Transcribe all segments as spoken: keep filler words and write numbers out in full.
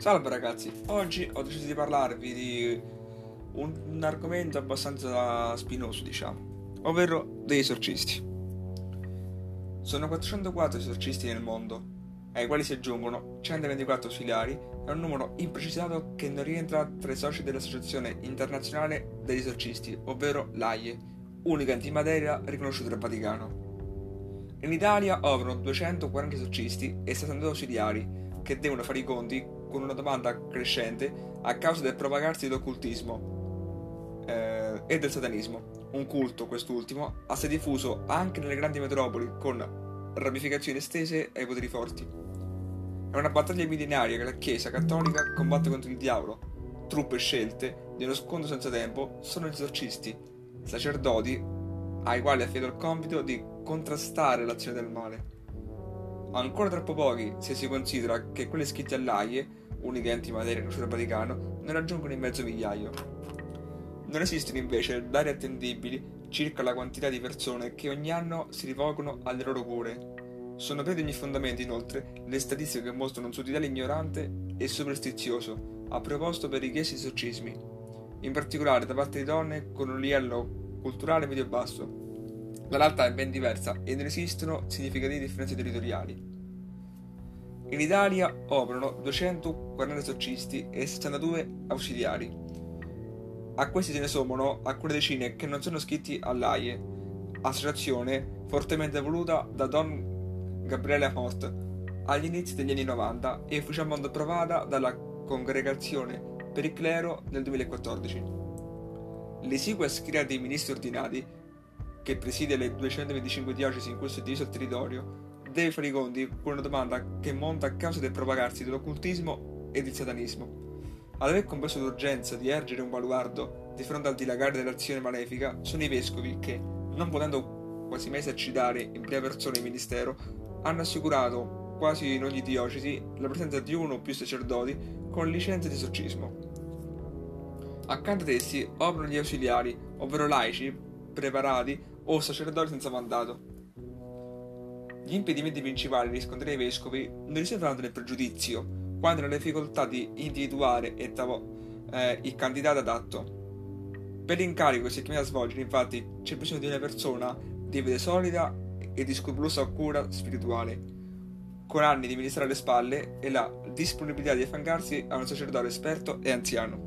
Salve ragazzi, oggi ho deciso di parlarvi di un, un argomento abbastanza spinoso, diciamo, ovvero degli esorcisti. Sono quattrocentoquattro esorcisti nel mondo, ai quali si aggiungono centoventiquattro ausiliari e un numero imprecisato che non rientra tra i soci dell'Associazione Internazionale degli Esorcisti, ovvero l'A I E, unica antimateria riconosciuta dal Vaticano. In Italia operano duecentoquaranta esorcisti e settantadue ausiliari che devono fare i conti con una domanda crescente a causa del propagarsi dell'occultismo eh, e del satanismo, un culto, quest'ultimo, assai diffuso anche nelle grandi metropoli con ramificazioni estese ai poteri forti. È una battaglia millenaria che la Chiesa cattolica combatte contro il diavolo. Truppe scelte di uno scontro senza tempo sono gli esorcisti, sacerdoti ai quali affido il compito di contrastare l'azione del male. Ancora troppo pochi se si considera che quelli iscritti all'A I E, unica antimateria conosciuta dal Vaticano, non raggiungono il mezzo migliaio. Non esistono invece dati attendibili circa la quantità di persone che ogni anno si rivolgono alle loro cure. Sono prive di ogni fondamento, inoltre, le statistiche che mostrano un sudidale ignorante e superstizioso a proposito per richiesti esorcismi, in particolare da parte di donne con un livello culturale medio-basso. La realtà è ben diversa e non esistono significative differenze territoriali. In Italia operano duecentoquaranta esorcisti e sessantadue ausiliari. A questi se ne sommano alcune decine che non sono iscritti all'A I E, associazione fortemente voluta da Don Gabriele Amott agli inizi degli anni novanta e ufficialmente approvata dalla Congregazione per il Clero nel duemilaquattordici. L'esigua schiera dei ministri ordinati, che presidia le duecentoventicinque diocesi in cui si è diviso il territorio, deve fare i conti con una domanda che monta a causa del propagarsi dell'occultismo e del satanismo. Ad aver compreso l'urgenza di ergere un baluardo di fronte al dilagare dell'azione malefica sono i vescovi che, non potendo quasi mai esercitare in prima persona il ministero, hanno assicurato quasi in ogni diocesi la presenza di uno o più sacerdoti con licenza di esorcismo. Accanto ad essi operano gli ausiliari, ovvero laici preparati o sacerdoti senza mandato. Gli impedimenti principali riscontrati ai vescovi non risistono tanto nel pregiudizio quanto nella difficoltà di individuare e tavo, eh, il candidato adatto. Per l'incarico che si è chiamato a svolgere, infatti, c'è bisogno di una persona di fede solida e di scrupolosa cura spirituale, con anni di ministero alle spalle e la disponibilità di affiancarsi a un sacerdote esperto e anziano.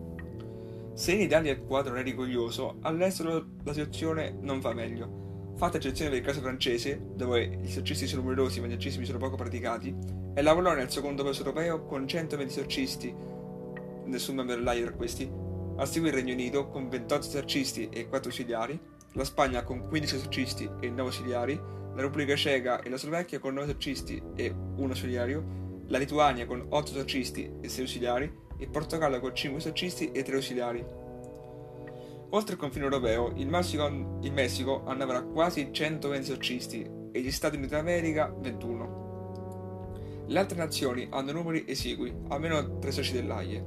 Se in Italia il quadro non è rigoglioso, all'estero la situazione non va meglio. Fatta eccezione per il caso francese, dove gli esorcisti sono numerosi ma gli esorcismi sono poco praticati, e la Polonia è il secondo paese europeo con centoventi esorcisti, nessun membro dell'A I E tra questi, a seguire il Regno Unito con ventotto esorcisti e quattro ausiliari, la Spagna con quindici esorcisti e nove ausiliari, la Repubblica Ceca e la Slovacchia con nove esorcisti e uno ausiliario, la Lituania con otto esorcisti e sei ausiliari, il Portogallo con cinque esorcisti e tre ausiliari. Oltre il confine europeo, il Messico, il Messico annovera quasi centoventi esorcisti e gli Stati Uniti d'America ventuno. Le altre nazioni hanno numeri esigui, almeno tre soci dell'A I E.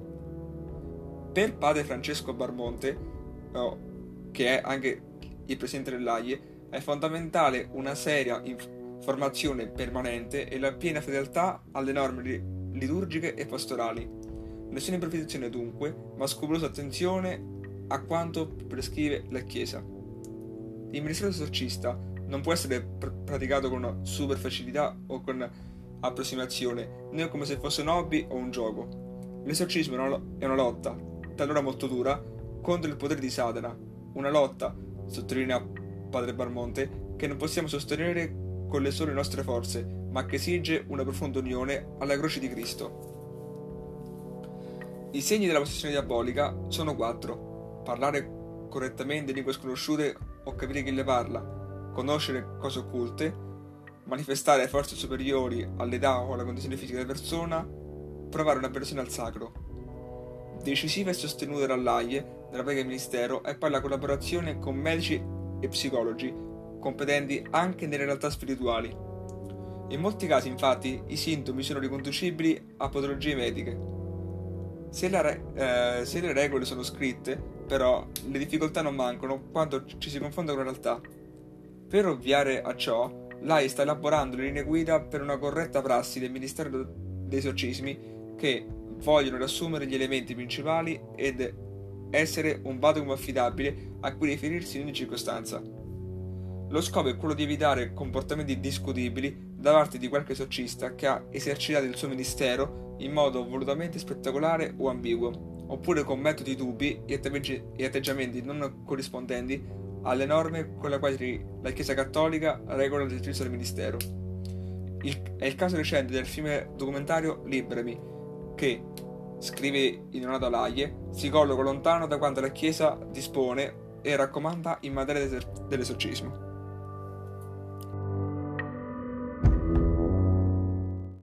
Per padre Francesco Barmonte, oh, che è anche il presidente dell'A I E, è fondamentale una seria formazione permanente e la piena fedeltà alle norme liturgiche e pastorali. Nessuna improvvisazione dunque, ma scrupolosa attenzione a quanto prescrive la Chiesa. Il ministero esorcista non può essere pr- praticato con una super facilità o con approssimazione, né come se fosse un hobby o un gioco. L'esorcismo è una, è una lotta, talora molto dura, contro il potere di Satana, una lotta, sottolinea padre Barmonte, che non possiamo sostenere con le sole nostre forze, ma che esige una profonda unione alla croce di Cristo. I segni della possessione diabolica sono quattro: parlare correttamente lingue sconosciute o capire chi le parla, conoscere cose occulte, manifestare forze superiori all'età o alla condizione fisica della persona, provare un'avversione al sacro. Decisiva e sostenuta dall'A I E nella pratica del ministero è poi la collaborazione con medici e psicologi competenti anche nelle realtà spirituali. In molti casi, infatti, i sintomi sono riconducibili a patologie mediche. Se, la re- eh, se le regole sono scritte, però, le difficoltà non mancano quando ci si confronta con la realtà. Per ovviare a ciò, l'A I sta elaborando le linee guida per una corretta prassi del Ministero dei Esorcismi che, vogliono riassumere gli elementi principali ed essere un vademecum affidabile a cui riferirsi in ogni circostanza. Lo scopo è quello di evitare comportamenti discutibili da parte di qualche esorcista che ha esercitato il suo ministero in modo volutamente spettacolare o ambiguo, oppure con metodi dubbi e, atteggi- e atteggiamenti non corrispondenti alle norme con le quali la Chiesa Cattolica regola l'esercizio del ministero. Il, è il caso recente del film documentario Liberami, che, scrive Inonato Alaie, si colloca lontano da quanto la Chiesa dispone e raccomanda in materia dell'esorcismo.